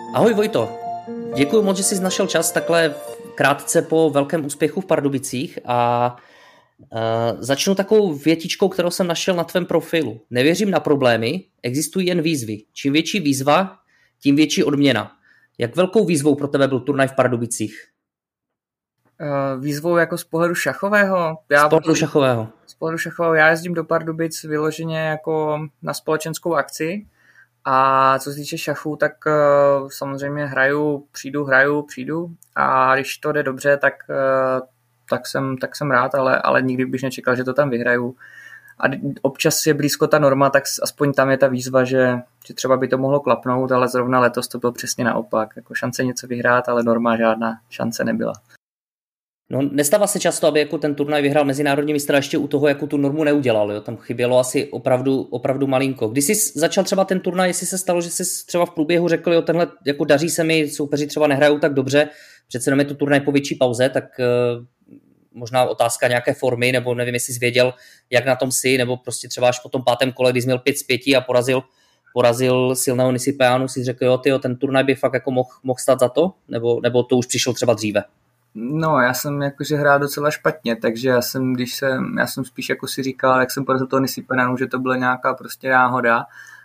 Ahoj Vojto, děkuji moc, že jsi našel čas takhle krátce po velkém úspěchu v Pardubicích a začnu takovou větičkou, kterou jsem našel na tvém profilu. Nevěřím na problémy, existují jen výzvy. Čím větší výzva, tím větší odměna. Jak velkou výzvou pro tebe byl turnaj v Pardubicích? Výzvou jako z pohledu šachového? Z pohledu šachového. Já jezdím do Pardubic vyloženě jako na společenskou akci. A co se týče šachu, tak samozřejmě hraju, přijdu a když to jde dobře, tak jsem rád, ale nikdy bych nečekal, že to tam vyhraju. A občas je blízko ta norma, tak aspoň tam je ta výzva, že třeba by to mohlo klapnout, ale zrovna letos to bylo přesně naopak. Jako šance něco vyhrát, ale norma žádná šance nebyla. No, nestává se často, aby jako ten turnaj vyhrál mezinárodní mistr ještě u toho, jako tu normu neudělal. Jo? Tam chybělo asi opravdu malinko. Když jsi začal třeba ten turnaj, jestli se stalo, že jsi třeba v průběhu řekl, jo, tenhle jako daří se mi, soupeři třeba nehrajou tak dobře, přece jenom je to turnaj po větší pauze, tak možná otázka nějaké formy, nebo nevím, jestli jsi věděl, jak na tom jsi, nebo prostě třeba až po tom 5. kole, kdy jsi měl 5 z 5 a porazil silného Nisipeanu, si řekl, jo, tyjo, ten turnaj by fakt jako mohl stát za to, nebo to už přišlo třeba dříve? No, já jsem jakože hrál docela špatně, takže já jsem spíš jako si říkal, jak jsem porazil toho Nisipeanu, že to byla nějaká prostě náhoda.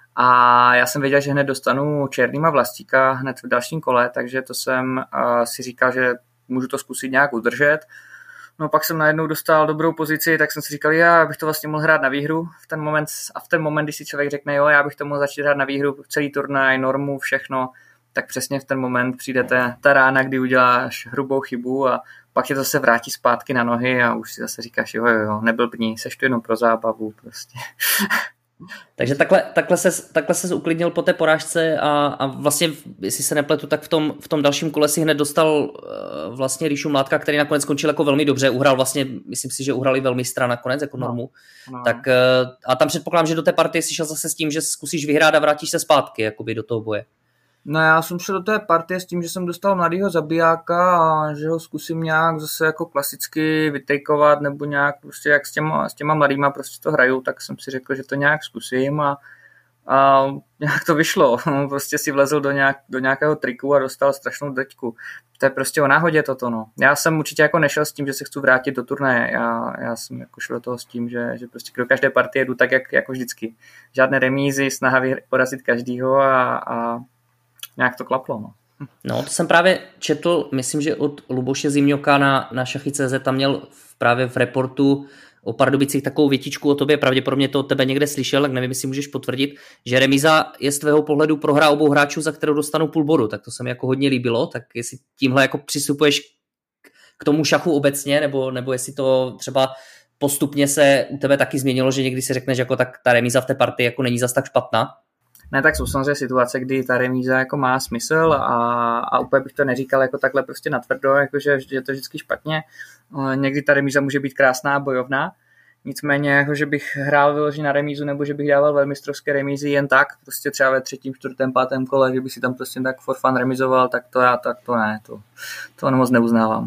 A já jsem věděl, že hned dostanu Černýma Vlastíka hned v dalším kole, takže to jsem si říkal, že můžu to zkusit nějak udržet. No pak jsem najednou dostal dobrou pozici, tak jsem si říkal, já bych to vlastně mohl hrát na výhru v ten moment, když si člověk řekne, jo, já bych to mohl začít hrát na výhru, celý turnaj, normu, všechno, tak přesně v ten moment přijde ta rána, kdy uděláš hrubou chybu a pak tě zase vrátí zpátky na nohy a už si zase říkáš, jo, neblbni, seš tu jenom pro zábavu prostě. Takže takhle ses uklidnil po té porážce a vlastně, jestli se nepletu, tak v tom dalším kole si hned dostal vlastně Ríšu Mládka, který nakonec skončil jako velmi dobře, uhrál vlastně, myslím si, že uhrali velmi stran nakonec jako normu. No. Tak a tam předpokládám, že do té partie si šel zase s tím, že zkusíš vyhrát a vrátíš se zpátky jakoby do toho boje. No já jsem šel do té partie s tím, že jsem dostal mladýho zabijáka a že ho zkusím nějak zase jako klasicky vytejkovat nebo nějak prostě jak s těma mladýma prostě to hraju, tak jsem si řekl, že to nějak zkusím a nějak to vyšlo. Prostě si vlezl do nějakého triku a dostal strašnou drťku. To je prostě o náhodě toto, no. Já jsem určitě jako nešel s tím, že se chci vrátit do turnaje. Já jsem jako šel do toho s tím, že prostě do každé partie jdu tak, jako vždycky. Žádné remízy, snaha porazit každýho a nějak to klaplo, no. No, to jsem právě četl, myslím, že od Luboše Zimňoka na Šachy.cz, tam měl právě v reportu o Pardubicích takovou větičku o tobě, pravděpodobně to od tebe někde slyšel, tak nevím, jestli můžeš potvrdit, že remíza je z tvého pohledu prohra obou hráčů, za kterou dostanu půl bodu, tak to se mi jako hodně líbilo, tak jestli tímhle jako přistupuješ k tomu šachu obecně, nebo jestli to třeba postupně se u tebe taky změnilo, že někdy si řekneš, jako tak ta remíza v té partii jako není zas tak špatná. Ne, tak jsou samozřejmě situace, kdy ta remíza jako má smysl a úplně bych to neříkal jako takhle prostě natvrdo, jako že je to vždycky špatně. Někdy ta remíza může být krásná, bojovná, nicméně jako, že bych hrál vyloženě na remízu nebo že bych dával velmistrovské remízy jen tak, prostě třeba ve 3., 4., 5. kole, že bych si tam prostě tak for fun remizoval, tak to ne, to moc neuznávám.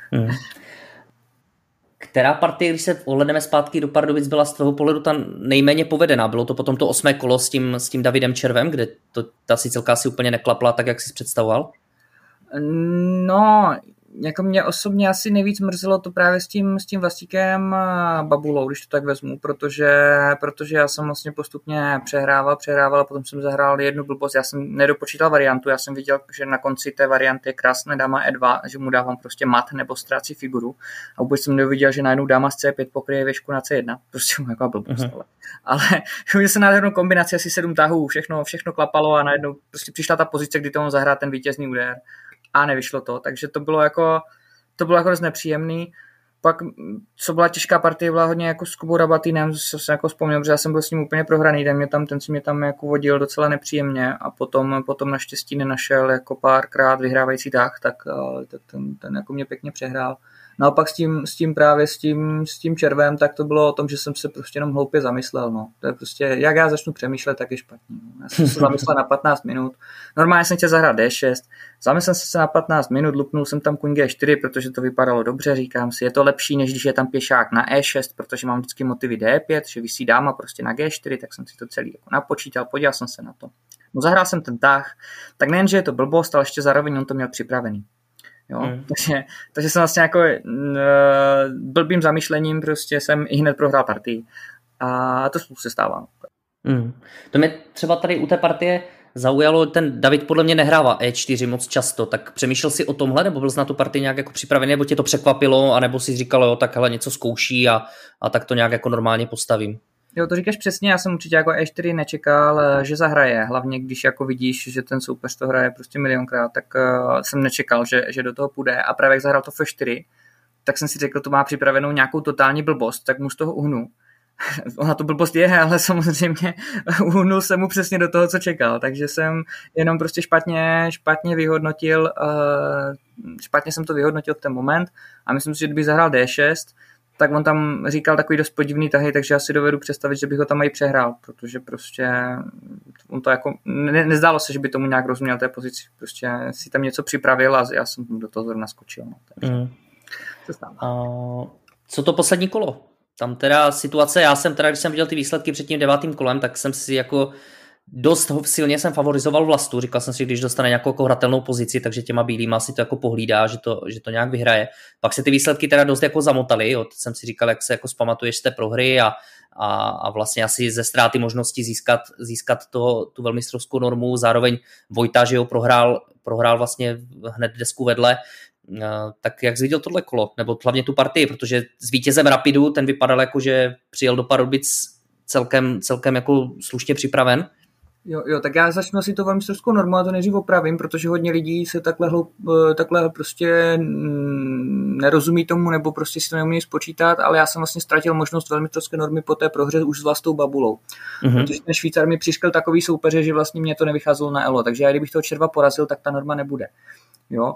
Která partie, když se ohledneme zpátky do Pardubic, byla z tvého pohledu ta nejméně povedená? Bylo to potom to 8. kolo s tím Davidem Červem, kde ta sicilka si úplně neklapla tak, jak jsi představoval? No, jako mě osobně asi nejvíc mrzelo to právě s tím Vlastíkem Babulou, když to tak vezmu, protože já jsem vlastně postupně přehrával a potom jsem zahrál jednu blbost, já jsem nedopočítal variantu, já jsem viděl, že na konci té varianty je krásná dáma E2, že mu dávám prostě mat nebo ztrácí figuru a vůbec jsem neviděl, že najednou dáma z C5 pokryje věžku na C1, prostě mu jako blbost, ale viděl jsem nádhernou kombinaci, asi 7 tahů, všechno klapalo a najednou prostě přišla ta pozice, kdy to on zahrát ten vítězný úder. A nevyšlo to, takže to bylo jako dost nepříjemný. Pak, co byla těžká partie, byla hodně jako s Kubou Rabatýnem, co jsem jako vzpomněl, protože já jsem byl s ním úplně prohraný, ten si mě tam jako vodil docela nepříjemně a potom naštěstí nenašel jako párkrát vyhrávající tah, tak ten jako mě pěkně přehrál. Naopak s tím Červem, tak to bylo o tom, že jsem se prostě jenom hloupě zamyslel. No. To je prostě, jak já začnu přemýšlet, tak je špatně. No. Já jsem se zamyslel na 15 minut. Normálně jsem chtěl zahrát D6. Zamyslel jsem se na 15 minut, lupnul jsem tam kuň G4, protože to vypadalo dobře. Říkám si, je to lepší, než když je tam pěšák na E6, protože mám vždycky motivy D5, že visí dáma prostě na G4, tak jsem si to celý jako napočítal, podíval jsem se na to. No zahrál jsem ten tah, tak nejen, že je to blbost, ale ještě zároveň on to měl připravený. Jo? Takže jsem vlastně jako blbým zamýšlením prostě jsem i hned prohrál partii. A to se stává. To mě třeba tady u té partie zaujalo, ten David podle mě nehrává E4 moc často, tak přemýšlel jsi o tomhle, nebo byl jsi na tu partii nějak jako připravený, nebo tě to překvapilo, anebo jsi říkal, jo, tak hele, něco zkouší a tak to nějak jako normálně postavím. Jo, to říkáš přesně, já jsem určitě jako E4 nečekal, že zahraje, hlavně když jako vidíš, že ten soupeř to hraje prostě milionkrát, tak jsem nečekal, že do toho půjde a právě jak zahrál to F4, tak jsem si řekl, to má připravenou nějakou totální blbost, tak mu z toho uhnu. Ona to blbost je, ale samozřejmě uhnul jsem mu přesně do toho, co čekal, takže jsem jenom prostě špatně vyhodnotil, špatně jsem to vyhodnotil v ten moment a myslím si, že kdyby zahrál D6, tak on tam říkal takový dost podivný tahy, takže já si dovedu představit, že bych ho tam i přehrál, protože prostě on to jako, nezdálo se, že by tomu nějak rozuměl té pozici, prostě si tam něco připravil a já jsem do toho zrovna skočil. No, takže se stává. Co to poslední kolo? Tam teda situace, já jsem teda, když jsem viděl ty výsledky před tím 9. kolem, tak jsem si jako dost silně jsem favorizoval Vlastu, říkal jsem si, když dostane nějakou jako hratelnou pozici, takže těma bílýma si to jako pohlídá, že to nějak vyhraje. Pak se ty výsledky teda dost jako zamotaly, jo. Teď jsem si říkal, jak se jako zpamatuješ z té prohry a vlastně asi ze ztráty možnosti získat tu velmistrovskou normu, zároveň Vojta, že jo, prohrál vlastně hned desku vedle. Tak jak jsi viděl tohle kolo, nebo hlavně tu partii, protože s vítězem Rapidu ten vypadal jako, že přijel do Pardubic celkem jako slušně připraven. Jo, tak já začnu si to velmistrovskou normu a to nejdřív opravím, protože hodně lidí se takhle prostě nerozumí tomu, nebo prostě si to neumí spočítat, ale já jsem vlastně ztratil možnost velmistrovské normy po té prohře už s Vlastou Babulou. Protože ten Švýcar mi přišel takový soupeře, že vlastně mě to nevycházelo na elo, takže já kdybych toho červa porazil, tak ta norma nebude. Jo.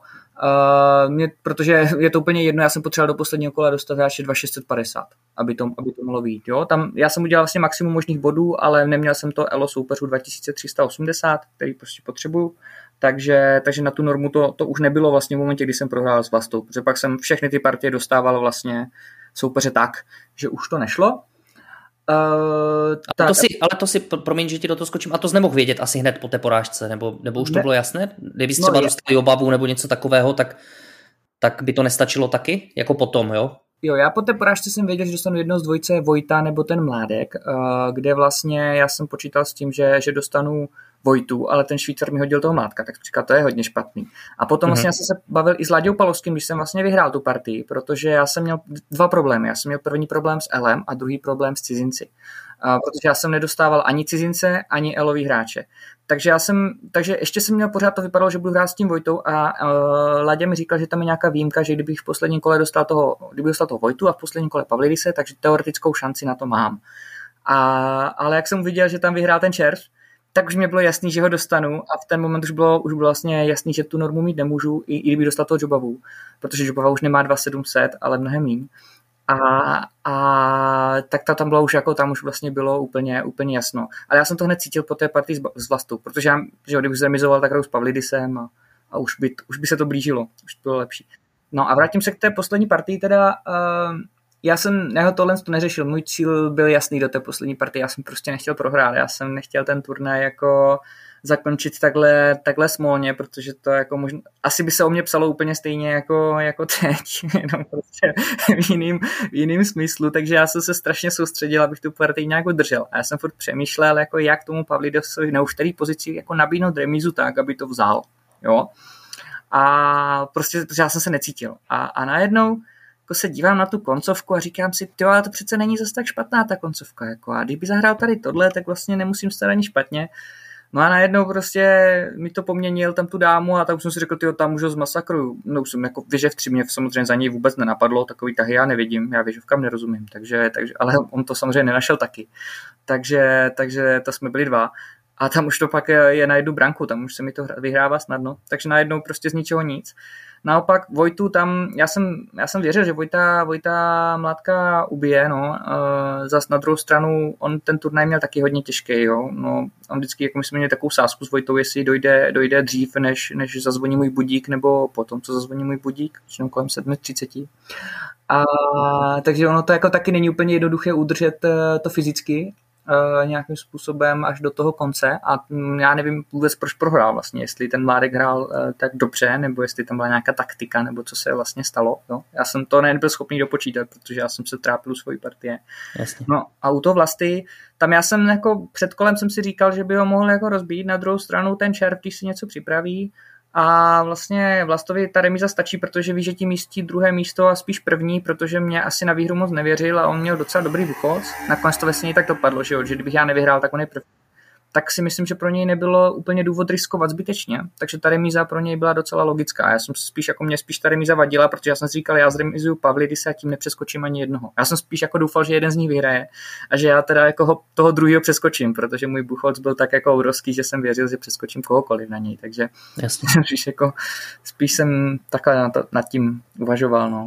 Protože je to úplně jedno, já jsem potřeboval do posledního kola dostat hráče 2650, aby to mohlo být. Jo. Tam já jsem udělal vlastně maximum možných bodů, ale neměl jsem to elo soupeřů 2380, který prostě potřebuju, takže na tu normu to už nebylo vlastně v momentě, kdy jsem prohrál s Vlastou, protože pak jsem všechny ty partie dostával vlastně soupeře tak, že už to nešlo. Promiň, že ti do toho skočím, a to jsi nemohl vědět asi hned po té porážce, nebo už to bylo jasné? Kdybys třeba dostali obavu nebo něco takového, tak by to nestačilo taky, jako potom, jo? Jo, já po té porážce jsem věděl, že dostanu jedno z dvojice Vojta nebo ten Mládek, kde vlastně já jsem počítal s tím, že dostanu Vojtu, ale ten Švýcar mi hodil toho Mládka, tak říkal, to je hodně špatný. A potom vlastně já jsem se bavil i s Láďou Palovským, když jsem vlastně vyhrál tu partii, protože já jsem měl dva problémy. Já jsem měl první problém s Elem a druhý problém s cizinci. Protože já jsem nedostával ani cizince, ani elový hráče. Takže ještě jsem měl pořád, to vypadalo, že budu hrát s tím Vojtou a Láďa mi říkal, že tam je nějaká výjimka, že kdybych v posledním kole dostal toho Vojtu a v posledním kole Pavlidise, takže teoretickou šanci na to mám. Ale jak jsem viděl, že tam vyhrál ten červ, tak už mě bylo jasný, že ho dostanu a v ten moment už bylo vlastně jasný, že tu normu mít nemůžu, i kdyby dostal toho Jobavu, protože Jobava už nemá 2700, ale mnohem míň. A tak tam bylo už jako, tam už vlastně bylo úplně jasno. Ale já jsem to hned cítil po té partii s Vlastou, protože já, kdybych zremizoval, tak hraju s Pavlidisem a už by se to blížilo, už to bylo lepší. No a vrátím se k té poslední partii, teda já tohle to neřešil, můj cíl byl jasný do té poslední partie, já jsem prostě nechtěl prohrát, já jsem nechtěl ten turnaj jako zakončit takhle smolně, protože to jako možná, asi by se o mě psalo úplně stejně jako teď, jenom prostě v jiným smyslu, takže já jsem se strašně soustředil, abych tu partii nějak udržel. A já jsem furt přemýšlel, jako jak tomu Pavlidosovi na už který pozici jako nabídnout remízu tak, aby to vzal, jo. A prostě, protože já jsem se necítil. A najednou jako se dívám na tu koncovku a říkám si, ale to přece není zase tak špatná ta koncovka, jako, a kdyby zahrál tady tohle, tak vlastně nemusím stát ani špatně. No a najednou prostě mi to poměnil tam tu dámu a tak už jsem si řekl, tam už ho zmasakruju. No už jsem jako věžev 3, mě samozřejmě za něj vůbec nenapadlo, takový tahy já nevidím, já věževkám nerozumím, takže, ale on to samozřejmě nenašel taky. Takže to jsme byli dva. A tam už to pak je na jednu branku, tam už se mi to vyhrává snadno, takže najednou prostě z ničeho nic. Naopak Vojtu tam, já jsem věřil, že Vojta Mládka ubije, no, zas na druhou stranu, on ten turnaj měl taky hodně těžký, jo, no, on vždycky, jako my jsme měli takovou sázku s Vojtou, jestli dojde dřív, než zazvoní můj budík, nebo potom, co zazvoní můj budík, většinou kolem 7:30. Takže ono to jako taky není úplně jednoduché udržet to fyzicky, nějakým způsobem až do toho konce a já nevím vůbec, proč prohrál vlastně, jestli ten Mládek hrál tak dobře, nebo jestli tam byla nějaká taktika, nebo co se vlastně stalo. Jo? Já jsem to nebyl schopný dopočítat, protože já jsem se trápil svojí partie. Jasně. No a u toho Vlasty, tam já jsem jako před kolem jsem si říkal, že by ho mohl jako rozbít, na druhou stranu ten červ, když si něco připraví, a vlastně Vlastovi ta remíza stačí, protože ví, že tím místí druhé místo a spíš první, protože mě asi na výhru moc nevěřil a on měl docela dobrý důchod. Nakonec to vlastně tak dopadlo, že kdybych já nevyhrál, tak on je první. Tak si myslím, že pro něj nebylo úplně důvod riskovat zbytečně, takže ta remíza pro něj byla docela logická. Já jsem spíš, jako mě spíš ta remíza vadila, protože já jsem si říkal, já zremizuju Pavlidise a tím nepřeskočím ani jednoho. Já jsem spíš jako doufal, že jeden z nich vyhraje a že já teda jako toho druhého přeskočím, protože můj Buchholz byl tak jako obrovský, že jsem věřil, že přeskočím kohokoliv na něj, takže spíš jsem takhle nad tím uvažoval. No.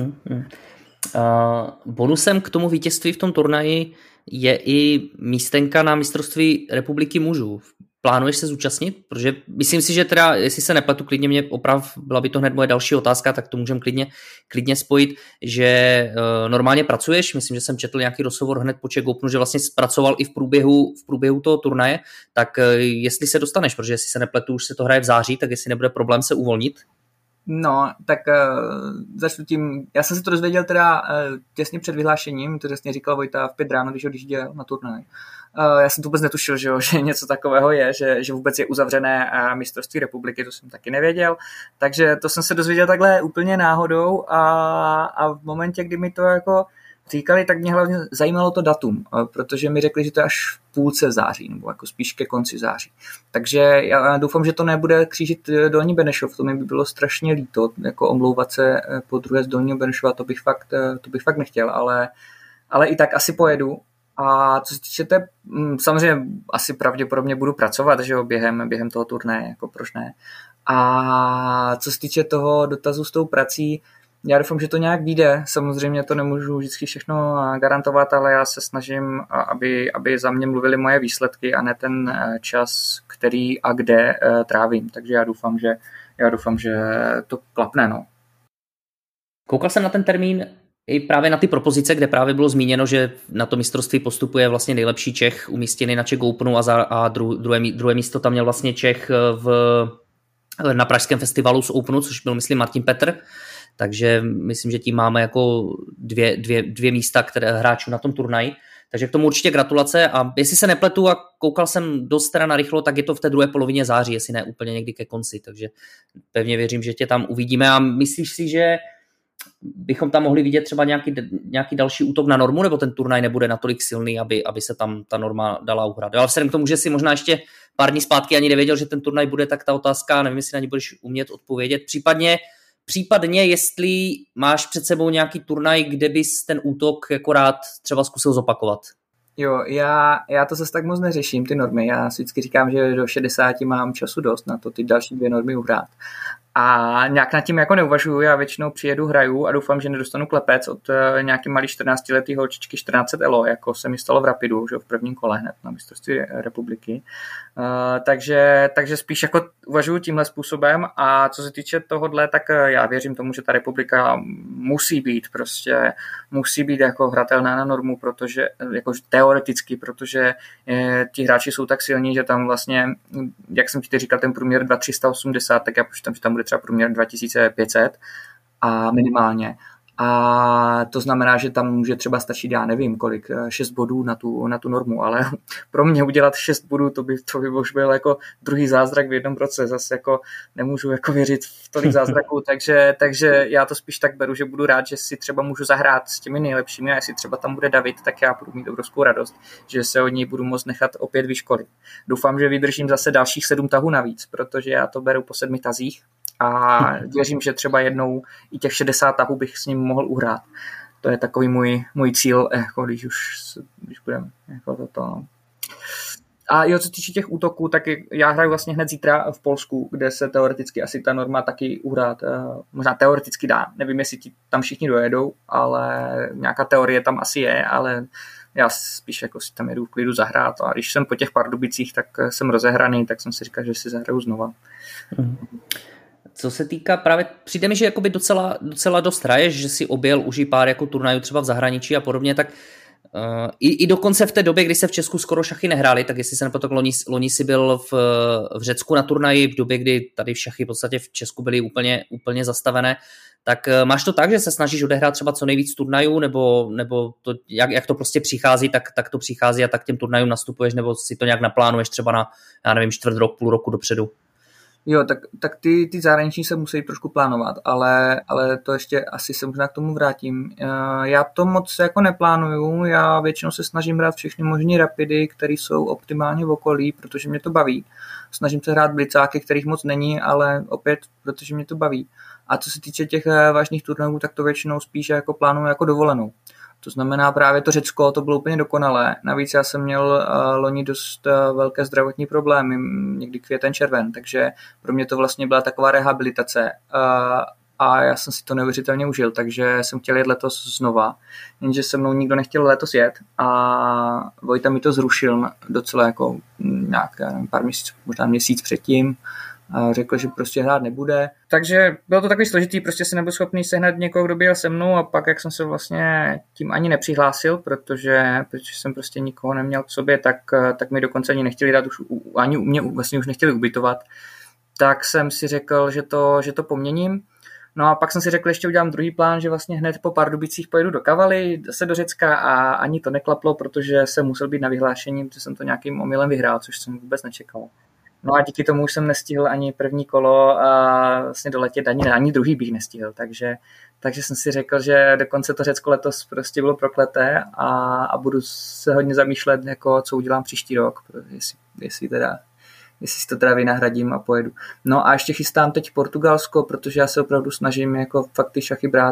Bonusem k tomu vítězství v tom turnaji je i místenka na mistrovství republiky mužů. Plánuješ se zúčastnit? Protože myslím si, že teda, jestli se nepletu, klidně mě oprav, byla by to hned moje další otázka, tak to můžeme klidně spojit, že normálně pracuješ, myslím, že jsem četl nějaký rozhovor hned po Czech Openu, že vlastně zpracoval i v průběhu toho turnaje, tak jestli se dostaneš, protože jestli se nepletu, už se to hraje v září, tak jestli nebude problém se uvolnit? No, tak začnu tím, já jsem se to dozvěděl teda těsně před vyhlášením, to jasně říkal Vojta v 5 ráno, když odjížděl na turnaj. Já jsem to vůbec netušil, že něco takového je, že vůbec je uzavřené mistrovství republiky, to jsem taky nevěděl, takže to jsem se dozvěděl takhle úplně náhodou a v momentě, kdy mi to jako říkali, tak mě hlavně zajímalo to datum, protože mi řekli, že to je až v půlce září, nebo jako spíš ke konci září. Takže já doufám, že to nebude křížit Dolní Benešov, to mi by bylo strašně líto, jako omlouvat se po druhé z Dolního Benešova, to bych fakt nechtěl, ale i tak asi pojedu. A co se týče samozřejmě asi pravděpodobně budu pracovat, že jo, během toho turnaje, jako proč ne. A co se týče toho dotazu s tou prací, já doufám, že to nějak vyjde. Samozřejmě to nemůžu vždycky všechno garantovat, ale já se snažím, aby za mě mluvily moje výsledky a ne ten čas, který a kde trávím. Takže já doufám, že to klapne. No. Koukal jsem na ten termín i právě na ty propozice, kde právě bylo zmíněno, že na to mistrovství postupuje vlastně nejlepší Čech umístěný na Czech Openu a druhé místo tam měl vlastně Čech na pražském festivalu z Openu, což byl, myslím, Martin Petr. Takže myslím, že tím máme jako dvě místa, které hráčů na tom turnaji. Takže k tomu určitě gratulace a jestli se nepletu a koukal jsem dost teda narychlo, tak je to v té druhé polovině září, jestli ne úplně někdy ke konci. Takže pevně věřím, že tě tam uvidíme a myslíš si, že bychom tam mohli vidět třeba nějaký další útok na Normu, nebo ten turnaj nebude natolik silný, aby se tam ta Norma dala uhrát. Ale vzhledem k tomu, že si možná ještě pár dní zpátky ani nevěděl, že ten turnaj bude, tak ta otázka, nevím, jestli na ní budeš umět odpovědět. Případně, jestli máš před sebou nějaký turnaj, kde bys ten útok jako rád třeba zkusil zopakovat. Jo, já to zase tak moc neřeším, ty normy. Já si vždycky říkám, že do 60 mám času dost na to ty další 2 normy uhrát. A nějak nad tím jako neuvažuju, já většinou přijedu, hraju a doufám, že nedostanu klepec od nějaký malý 14letý holčičky 1400 elo, jako se mi stalo v Rapidu, že v prvním kole hned na mistrovství republiky. Takže spíš jako uvažuju tímhle způsobem a co se týče tohodle, tak já věřím tomu, že ta republika musí být jako hratelná na Normu, protože jako teoreticky, protože ti hráči jsou tak silní, že tam vlastně, jak jsem ti říkal, ten průměr 2380, tak já počítám, že tam bude třeba průměr 2500 a minimálně. A to znamená, že tam může třeba stačit, já nevím kolik, 6 bodů na tu normu, ale pro mě udělat 6 bodů, to by už byl jako druhý zázrak v jednom roce, zase jako nemůžu jako věřit v tolik zázraků, takže já to spíš tak beru, že budu rád, že si třeba můžu zahrát s těmi nejlepšími a jestli třeba tam bude David, tak já budu mít obrovskou radost, že se od něj budu moct nechat opět vyškolit. Doufám, že vydržím zase dalších 7 tahů navíc, protože já to beru po 7 tazích. A věřím, že třeba jednou i těch 60 tahů bych s ním mohl uhrát. To je takový můj cíl, jako když budeme jako toto. A jo, co týče těch útoků, tak já hraju vlastně hned zítra v Polsku, kde se teoreticky asi ta Norma taky uhrát. Možná teoreticky dá. Nevím, jestli tam všichni dojedou, ale nějaká teorie tam asi je, ale já spíš jako si tam jedu v klidu zahrát. A když jsem po těch Pardubicích, tak jsem rozehraný, tak jsem si říkal, že si zahraju znova. Co se týká právě, přijde mi, že jakoby docela dost hraješ, že si objel už i pár jako turnajů třeba v zahraničí a podobně, tak I dokonce v té době, kdy se v Česku skoro šachy nehrály, tak jestli se nepletu, loni si byl v Řecku na turnaji, v době, kdy tady šachy v podstatě v Česku byly úplně zastavené, tak máš to tak, že se snažíš odehrát třeba co nejvíc turnajů, nebo to, jak to prostě přichází, tak to přichází a tak těm turnajům nastupuješ, nebo si to nějak naplánuješ třeba na, já nevím, čtvrt rok, půl roku dopředu? Jo, tak ty zahraniční se musí trošku plánovat, ale to ještě asi se možná k tomu vrátím. Já to moc jako neplánuju, já většinou se snažím hrát všechny možné rapidy, které jsou optimálně v okolí, protože mě to baví. Snažím se hrát blicáky, kterých moc není, ale opět, protože mě to baví. A co se týče těch vážných turnajů, tak to většinou spíš jako plánuju jako dovolenou. To znamená právě to Řecko, to bylo úplně dokonalé. Navíc já jsem měl loni dost velké zdravotní problémy, někdy květen, červen, takže pro mě to vlastně byla taková rehabilitace a já jsem si to neuvěřitelně užil, takže jsem chtěl jet letos znova, jenže se mnou nikdo nechtěl letos jet a Vojta mi to zrušil docela jako nějak pár měsíců, možná měsíc předtím. A řekl, že prostě hrát nebude. Takže bylo to takový složitý, prostě si nebyl schopný sehnat někoho, kdo by jel se mnou a pak, jak jsem se vlastně tím ani nepřihlásil, protože jsem prostě nikoho neměl k sobě, tak mi dokonce ani nechtěli dát, ani mě vlastně už nechtěli ubytovat, tak jsem si řekl, že to poměním. No a pak jsem si řekl, ještě udělám druhý plán, že vlastně hned po Pardubicích pojedu do Kavaly, zase do Řecka a ani to neklaplo, protože jsem musel být na vyhlášení, protože jsem to nějakým omylem vyhrál, což jsem vůbec nečekal. No a díky tomu už jsem nestihl ani první kolo a vlastně doletět ani druhý bych nestihl, takže jsem si řekl, že dokonce to Řecko letos prostě bylo prokleté a budu se hodně zamýšlet, jako co udělám příští rok, jestli si to teda vynahradím a pojedu. No a ještě chystám teď Portugalsko, protože já se opravdu snažím jako fakt ty šachy brát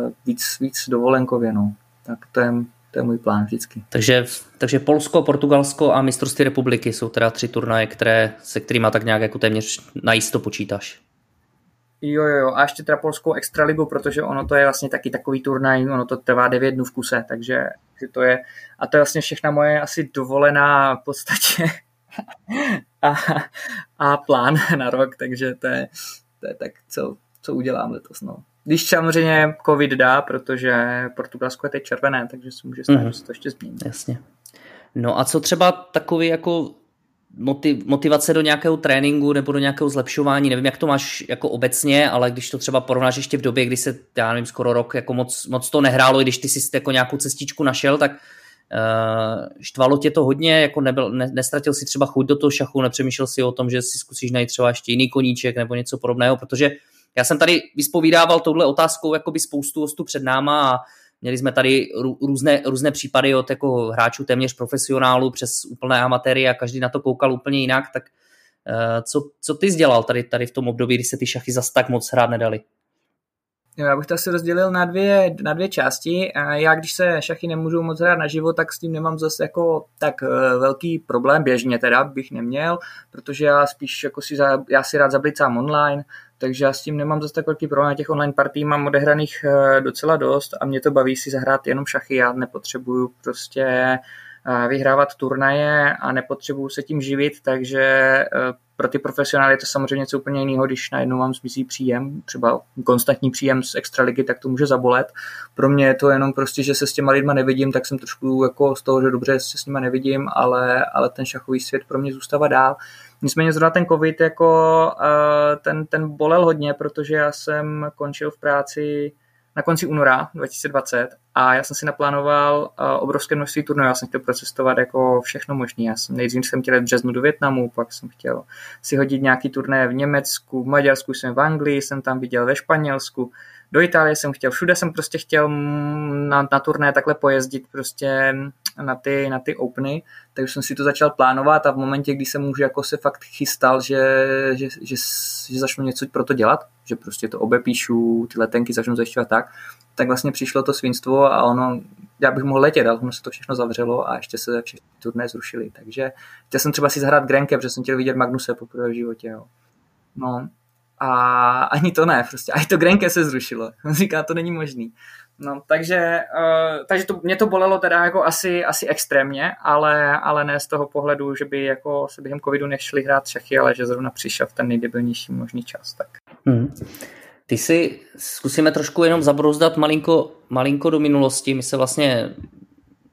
víc dovolenkově, no. Tak to je můj plán vždycky. Takže Polsko, Portugalsko a mistrovství republiky jsou teda 3 turnaje, se kterými tak nějak jako téměř najisto počítáš. Jo. A ještě teda polskou extraligu, protože ono to je vlastně taky takový turnaj, ono to trvá 9 dnů v kuse, takže to je vlastně všechna moje asi dovolená v podstatě a plán na rok, takže to je tak, co udělám letos, no. Když samozřejmě covid dá, protože Portugalsko je teď červené, takže se může stát, že se to ještě změní. Jasně. No a co třeba takový jako motivace do nějakého tréninku nebo do nějakého zlepšování, nevím, jak to máš jako obecně, ale když to třeba porovnáš ještě v době, kdy se, já nevím, skoro rok jako moc to nehrálo, i když ty jsi jako nějakou cestičku našel, tak štvalo tě to hodně, jako nestratil si třeba chuť do toho šachu, nepřemýšlel si o tom, že si zkusíš najít třeba ještě jiný koníček nebo něco podobného, protože já jsem tady vyspovídával touhle otázkou jakoby spoustu hostů před náma a měli jsme tady různé případy od jako hráčů téměř profesionálů přes úplné amatéry a každý na to koukal úplně jinak, tak co ty jsi dělal tady v tom období, kdy se ty šachy zas tak moc hrát nedali? Já bych to asi rozdělil na dvě části. Já, když se šachy nemůžu moc hrát naživo, tak s tím nemám zase jako tak velký problém, běžně teda bych neměl, protože já spíš jako já si rád zablicám online, takže já s tím nemám zase tak velký problém. Těch online partí mám odehraných docela dost a mě to baví si zahrát jenom šachy. Já nepotřebuju prostě vyhrávat turnaje a nepotřebuju se tím živit, takže pro ty profesionály je to samozřejmě něco úplně jiného, když najednou vám zmizí příjem, třeba konstantní příjem z extraligy, tak to může zabolet. Pro mě je to jenom prostě, že se s těma lidma nevidím, tak jsem trošku jako z toho, že dobře se s nima nevidím, ale ten šachový svět pro mě zůstává dál. Nicméně zrovna ten covid jako ten bolel hodně, protože já jsem končil v práci na konci února 2020 a já jsem si naplánoval obrovské množství turnajů, já jsem chtěl procestovat jako všechno možné. Nejdřív jsem chtěl jít v březnu do Vietnamu, pak jsem chtěl si hodit nějaký turnaje v Německu, v Maďarsku jsem v Anglii, jsem tam viděl ve Španělsku, do Itálie jsem chtěl, všude jsem prostě chtěl na turnaje takhle pojezdit prostě na ty openy, takže jsem si to začal plánovat a v momentě, kdy jsem už jako se fakt chystal, že začnu něco pro to dělat, že prostě to obepíšu, ty letenky začnu zajišťovat tak vlastně přišlo to svinstvo a ono, já bych mohl letět, ale ono se to všechno zavřelo a ještě se všechny turnaje zrušily, takže chtěl jsem třeba si zahrát Grenke, protože jsem chtěl vidět Magnuse poprvé v životě, jo. No a ani to ne, prostě, i to Grenke se zrušilo, on říká, to není možný. No, takže mě to bolelo teda jako asi extrémně, ale ne z toho pohledu, že by jako se během covidu nešli hrát šachy, ale že zrovna přišel v ten nejdebilnější možný čas. Tak. Ty si zkusíme trošku jenom zabrouzdat malinko do minulosti. My se vlastně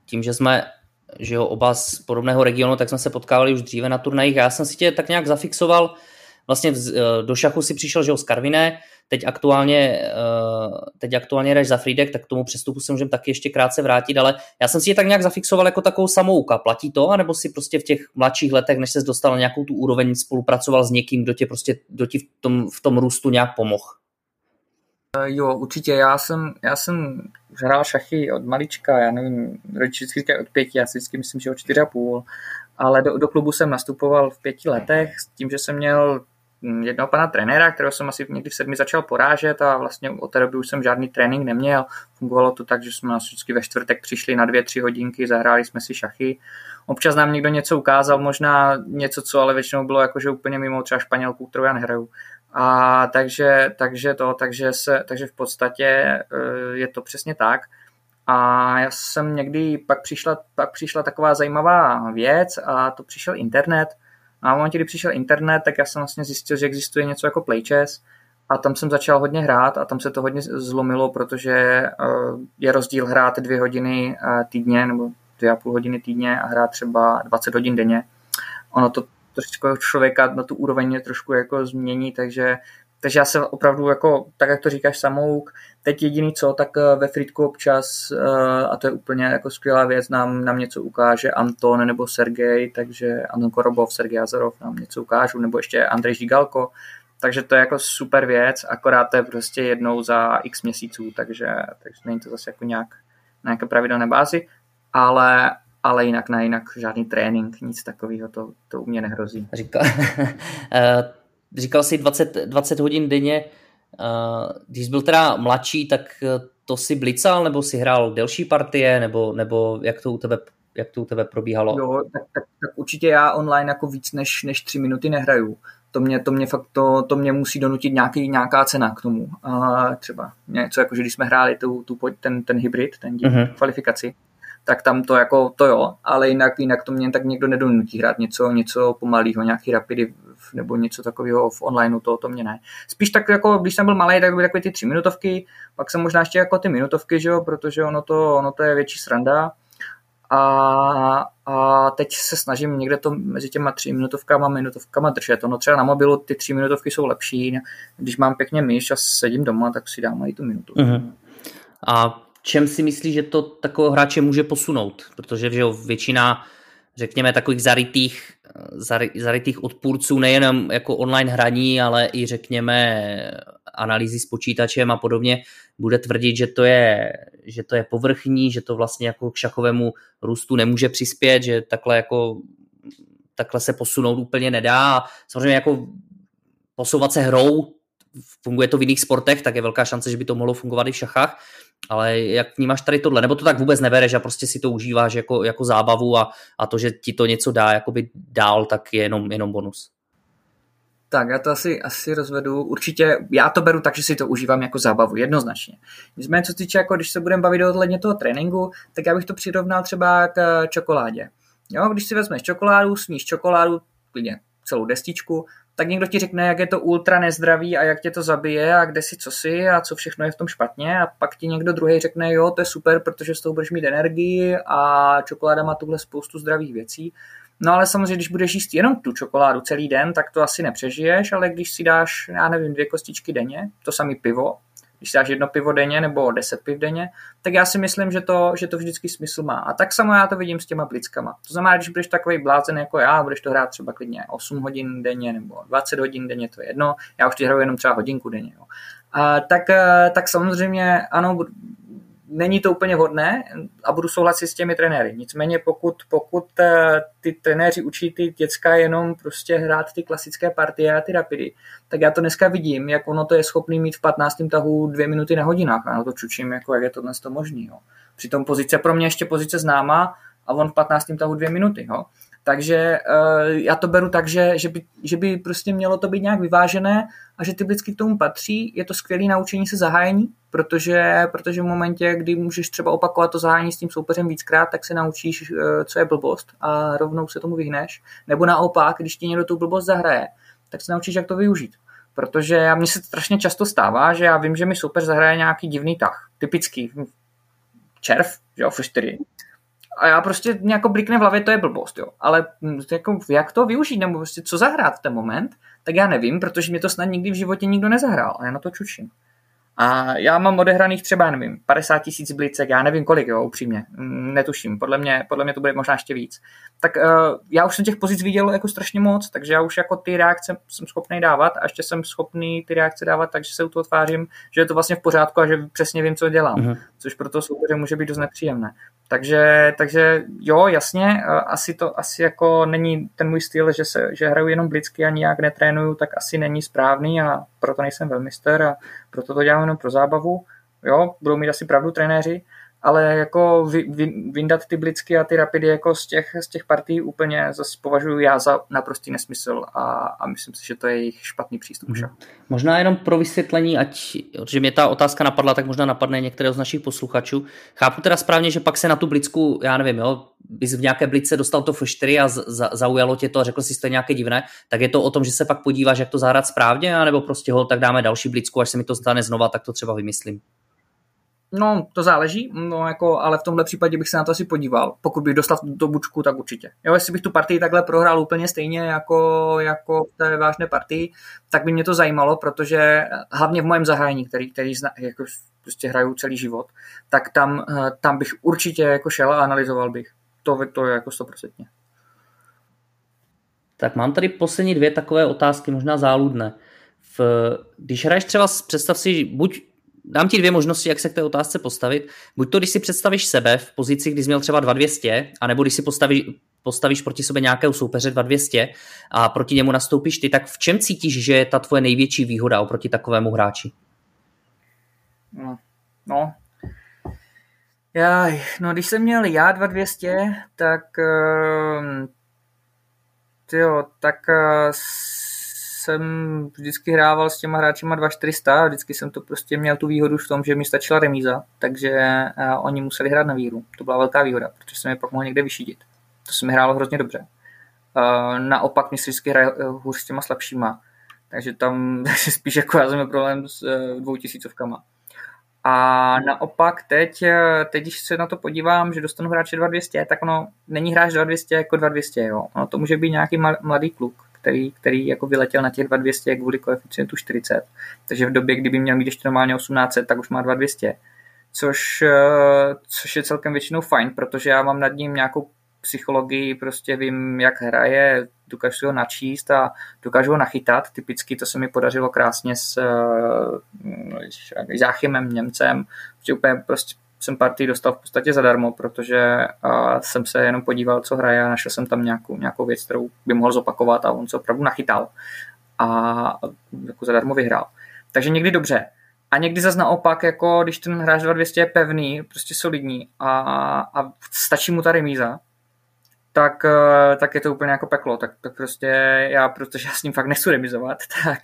tím, že jsme že jo, oba z podobného regionu, tak jsme se potkávali už dříve na turnajích. Já jsem si tě tak nějak zafixoval, vlastně do šachu si přišel, že jo, z Karviné, teď aktuálně hraješ za Frýdek, tak k tomu přestupu se můžeme taky ještě krátce vrátit, ale já jsem si tě tak nějak zafixoval jako takovou samouka. Platí to, anebo si prostě v těch mladších letech, než ses dostal na nějakou tu úroveň, spolupracoval s někým, kdo ti v tom růstu nějak pomohl? Jo, určitě. Já jsem hrál šachy od malička, já nevím, rodiče vždycky říkají od 5, já si vždycky myslím, že od 4,5, ale do klubu jsem nastupoval v 5 letech s tím, že jsem měl jednoho pana trenéra, kterého jsem asi někdy v 7 začal porážet a vlastně od té doby už jsem žádný trénink neměl. Fungovalo to tak, že jsme vždycky ve čtvrtek přišli na 2-3 hodinky, zahráli jsme si šachy. Občas nám někdo něco ukázal, možná něco, co ale většinou bylo jakože úplně mimo, třeba Španělku, kterou já nehraju. A takže v podstatě je to přesně tak. A já jsem někdy, pak přišla taková zajímavá věc a to přišel internet. A v momentě, kdy přišel internet, tak já jsem vlastně zjistil, že existuje něco jako PlayChess a tam jsem začal hodně hrát a tam se to hodně zlomilo, protože je rozdíl hrát 2 hodiny týdně nebo 2,5 hodiny týdně a hrát třeba 20 hodin denně. Ono to trošku člověka na tu úroveň trošku jako změní, takže já se opravdu jako, tak jak to říkáš, samouk, teď jediný co, tak ve Frýdku občas, a to je úplně jako skvělá věc, nám něco ukáže Anton nebo Sergej, takže Anton Korobov, Sergej Azarov nám něco ukážu, nebo ještě Andrej Žigalko, takže to je jako super věc, akorát to je prostě jednou za x měsíců, takže není to zase jako nějak na nějaké pravidelné bázi, ale jinak žádný trénink, nic takového, to u mě nehrozí. Říkal jsi 20 hodin denně, když jsi byl teda mladší, tak to si blical, nebo si hrál delší partie, nebo jak to u tebe probíhalo? Jo, tak určitě já online jako víc než 3 minuty nehraju. To mě musí donutit nějaká cena k tomu. Třeba něco jako, že když jsme hráli ten hybrid, kvalifikaci, tak tam to jako to jo, ale jinak to mě tak někdo nedonutí hrát něco pomalého, nějaký rapidy nebo něco takového v onlineu, to mě ne. Spíš tak jako, když jsem byl malý, tak byly takové ty 3 minutovky, pak jsem možná ještě jako ty minutovky, že jo, protože ono to je větší sranda a teď se snažím někde to mezi těma 3 minutovkama držet. Ono třeba na mobilu ty 3 minutovky jsou lepší, když mám pěkně myš a sedím doma, tak si dám i tu minutu. Uh-huh. A čem si myslíš, že to takového hráče může posunout? Protože že jo, většina, řekněme, takových zarytých odpůrců nejenom jako online hraní, ale i řekněme analýzy s počítačem a podobně, bude tvrdit, že to je povrchní, že to vlastně jako k šachovému růstu nemůže přispět, že takhle se posunout úplně nedá. A samozřejmě jako posouvat se hrou, funguje to v jiných sportech, tak je velká šance, že by to mohlo fungovat i v šachách. Ale jak vnímáš tady tohle? Nebo to tak vůbec nebereš a prostě si to užíváš jako zábavu a to, že ti to něco dá jakoby dál, tak je jenom bonus? Tak já to asi rozvedu. Určitě já to beru tak, že si to užívám jako zábavu, jednoznačně. Nicméně, co se týče, jako když se budeme bavit ohledně toho tréninku, tak já bych to přirovnal třeba k čokoládě. Jo, když si vezmeš čokoládu, sníš čokoládu, klidně celou destičku, tak někdo ti řekne, jak je to ultra nezdravý a jak tě to zabije a kde si co si a co všechno je v tom špatně a pak ti někdo druhý řekne, jo, to je super, protože z toho budeš mít energii a čokoláda má tuhle spoustu zdravých věcí. No ale samozřejmě, když budeš jíst jenom tu čokoládu celý den, tak to asi nepřežiješ, ale když si dáš, já nevím, 2 kostičky denně, to samý pivo, když si dáš 1 pivo denně nebo 10 piv denně, tak já si myslím, že to vždycky smysl má. A tak samo já to vidím s těma blickama. To znamená, když budeš takovej blázen jako já, budeš to hrát třeba klidně 8 hodin denně nebo 20 hodin denně, to je jedno. Já už teď hraju jenom třeba hodinku denně. Jo. Tak samozřejmě ano, není to úplně vhodné a budu souhlasit s těmi trenéry. Nicméně pokud ty trenéři učí ty děcka jenom prostě hrát ty klasické partie a ty rapidy, tak já to dneska vidím, jak ono to je schopný mít v 15. tahu 2 minuty na hodinách. A na to čučím, jako jak je to dnes to možný. Jo. Přitom pozice pro mě ještě pozice známá a on v 15. tahu 2 minuty. Jo. Takže já to beru tak, že by prostě mělo to být nějak vyvážené a že ty blicky k tomu patří. Je to skvělé naučení se zahájení, protože v momentě, kdy můžeš třeba opakovat to zahájení s tím soupeřem víckrát, tak se naučíš, co je blbost a rovnou se tomu vyhneš. Nebo naopak, když ti někdo tu blbost zahraje, tak se naučíš, jak to využít. Protože mně se strašně často stává, že já vím, že mi soupeř zahraje nějaký divný tah. Typický červ, že jo, F4. a já prostě nějak blikne v hlavě, to je blbost, jo. Ale jako, jak to využít, nebo prostě co zahrát v ten moment, tak já nevím, protože mě to snad nikdy v životě nikdo nezahrál a já na to čučím. A já mám odehraných třeba, nevím, 50 000 blicek, já nevím kolik, jo, upřímně, netuším, podle mě to bude možná ještě víc. Tak já už jsem těch pozic viděl jako strašně moc, takže já už jako ty reakce jsem schopný dávat a ještě jsem schopný ty reakce dávat, takže se u toho tvářím, že je to vlastně v pořádku a že přesně vím, co dělám, což pro toho soupeře může být dost nepříjemné. Takže jo, jasně, asi jako není ten můj styl, že hraju jenom blitzky a nijak netrénuju, tak asi není správný a proto nejsem velmistr a proto to dělám jenom pro zábavu. Jo, budou mít asi pravdu trenéři, ale jako vyndat ty blitzky a ty rapidy jako z těch partií úplně zase považuji já za naprostý nesmysl a myslím si, že to je jejich špatný přístup. Možná jenom pro vysvětlení, že mě ta otázka napadla, tak možná napadne některého z našich posluchačů. Chápu teda správně, že pak se na tu blicku, já nevím, jo, bys v nějaké blice dostal to F4 a zaujalo tě to a řekl si, že to je nějaké divné, tak je to o tom, že se pak podíváš, jak to zahrát správně, anebo prostě tak dáme další blicku, až se mi to stane znova, tak to třeba vymyslím. No, to záleží, ale v tomhle případě bych se na to asi podíval. Pokud bych dostal do bučku, tak určitě. Jo, jestli bych tu partii takhle prohrál úplně stejně jako v té vážné partii, tak by mě to zajímalo, protože hlavně v mém zahájení, který jako prostě hraju celý život, tak tam bych určitě jako šel a analyzoval bych. To je jako 100%. Tak mám tady poslední 2 takové otázky, možná záludné. Když hraješ třeba, představ si, dám ti 2 možnosti, jak se k té otázce postavit. Buď to, když si představíš sebe v pozici, kdy jsi měl třeba 2200, anebo když si postavíš proti sobě nějakého soupeře 2200 a proti němu nastoupíš ty, tak v čem cítíš, že je ta tvoje největší výhoda oproti takovému hráči? Když jsem měl já 2200, tak jsem vždycky hrával s těma hráčima 2400 a vždycky jsem to prostě měl tu výhodu v tom, že mi stačila remíza, takže oni museli hrát na výhru. To byla velká výhoda, protože jsem je pak mohl někde vyšídit. To se mi hrálo hrozně dobře. Naopak mi se vždycky hraje hůř s těma slabšíma, takže tam spíš jako já jsem měl problém s 2000. A naopak teď, když se na to podívám, že dostanu hráče 2200, tak ono není hráč 2200 jako 2200, jo. Ono to může být nějaký mladý kluk, který jako vyletěl na těch 2200 kvůli koeficientu 40. Takže v době, kdyby měl mít ještě normálně 1800, tak už má 2200. Což je celkem většinou fajn, protože já mám nad ním nějakou psychologii, prostě vím, jak hraje, dokážu ho načíst a dokážu ho nachytat. Typicky to se mi podařilo krásně s Jáchymem Němcem. Prostě jsem partii dostal v podstatě zadarmo, protože jsem se jenom podíval, co hraje a našel jsem tam nějakou věc, kterou by mohl zopakovat a on se opravdu nachytal a jako zadarmo vyhrál. Takže někdy dobře. A někdy zase naopak, jako když ten hráč 2200 je pevný, prostě solidní a stačí mu ta remíza, tak je to úplně jako peklo. Tak prostě protože já s ním fakt nechci remizovat,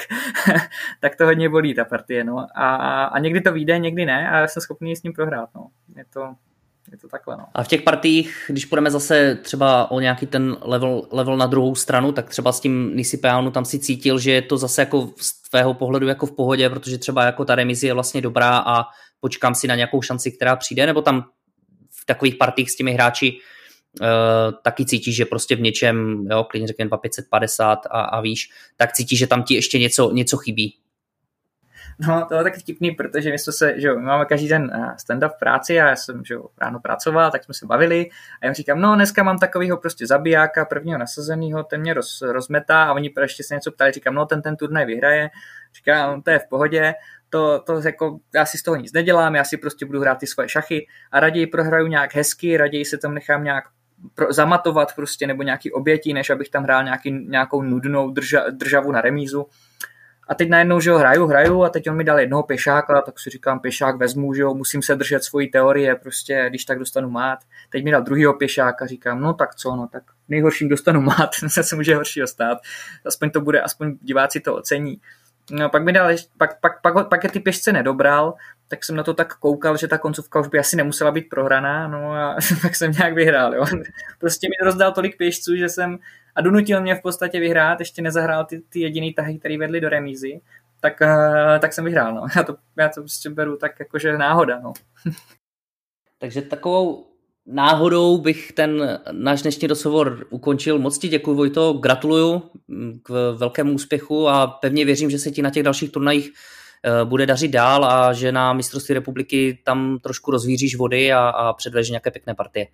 tak to hodně bolí ta partie. No. A někdy to vyjde, někdy ne a já jsem schopný s ním prohrát. No. Je to takhle. No. A v těch partiích, když půjdeme zase třeba o nějaký ten level na druhou stranu, tak třeba s tím Nisipeanu tam si cítil, že je to zase jako z tvého pohledu jako v pohodě, protože třeba jako ta remizi je vlastně dobrá a počkám si na nějakou šanci, která přijde, nebo tam v takových partiích s těmi hráči taky cítíš, že prostě v něčem, jo, klidně řekněme 2550 a výš, tak cítíš, že tam ti ještě něco chybí. No, to je tak vtipný, protože my máme každý den stand-up v práci a já jsem ráno pracoval, tak jsme se bavili a já říkám, no dneska mám takovýho prostě zabijáka, prvního nasazenýho, ten mě rozmetá a oni ještě se něco ptali, říkám, no ten turnaj vyhraje, říkám, to je v pohodě, to jako, já si z toho nic nedělám, já si prostě budu hrát ty svoje šachy a raději prohraju nějak hezky, raději se tam nechám nějak zamatovat prostě nebo nějaký obětí, než abych tam hrál nějakou nudnou državu na remízu. A teď najednou, že hraju a teď on mi dal jednoho pěšáka, tak si říkám, pěšák vezmu, že jo, musím se držet svojí teorie, prostě, když tak dostanu mát. Teď mi dal druhýho pěšáka, říkám, no tak co, no tak nejhorším dostanu mát, se může horšího stát. Aspoň diváci to ocení. No, pak mi dal, pak je ty pěšce nedobral, tak jsem na to tak koukal, že ta koncovka už by asi nemusela být prohraná, no a tak jsem nějak vyhrál, jo. Prostě mi rozdal tolik pěšců, a donutil mě v podstatě vyhrát, ještě nezahrál ty jediný tahy, který vedly do remízy, tak jsem vyhrál, no. Já to prostě beru tak jakože náhoda, no. Takže takovou náhodou bych ten náš dnešní rozhovor ukončil. Moc ti děkuji, Vojto, gratuluju k velkému úspěchu a pevně věřím, že se ti na těch dalších turnajích bude dařit dál a že na mistrovství republiky tam trošku rozvíříš vody a předvedeš nějaké pěkné partie.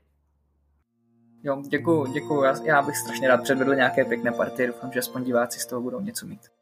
Jo, děkuju. Já bych strašně rád předvedl nějaké pěkné partie, doufám, že aspoň diváci z toho budou něco mít.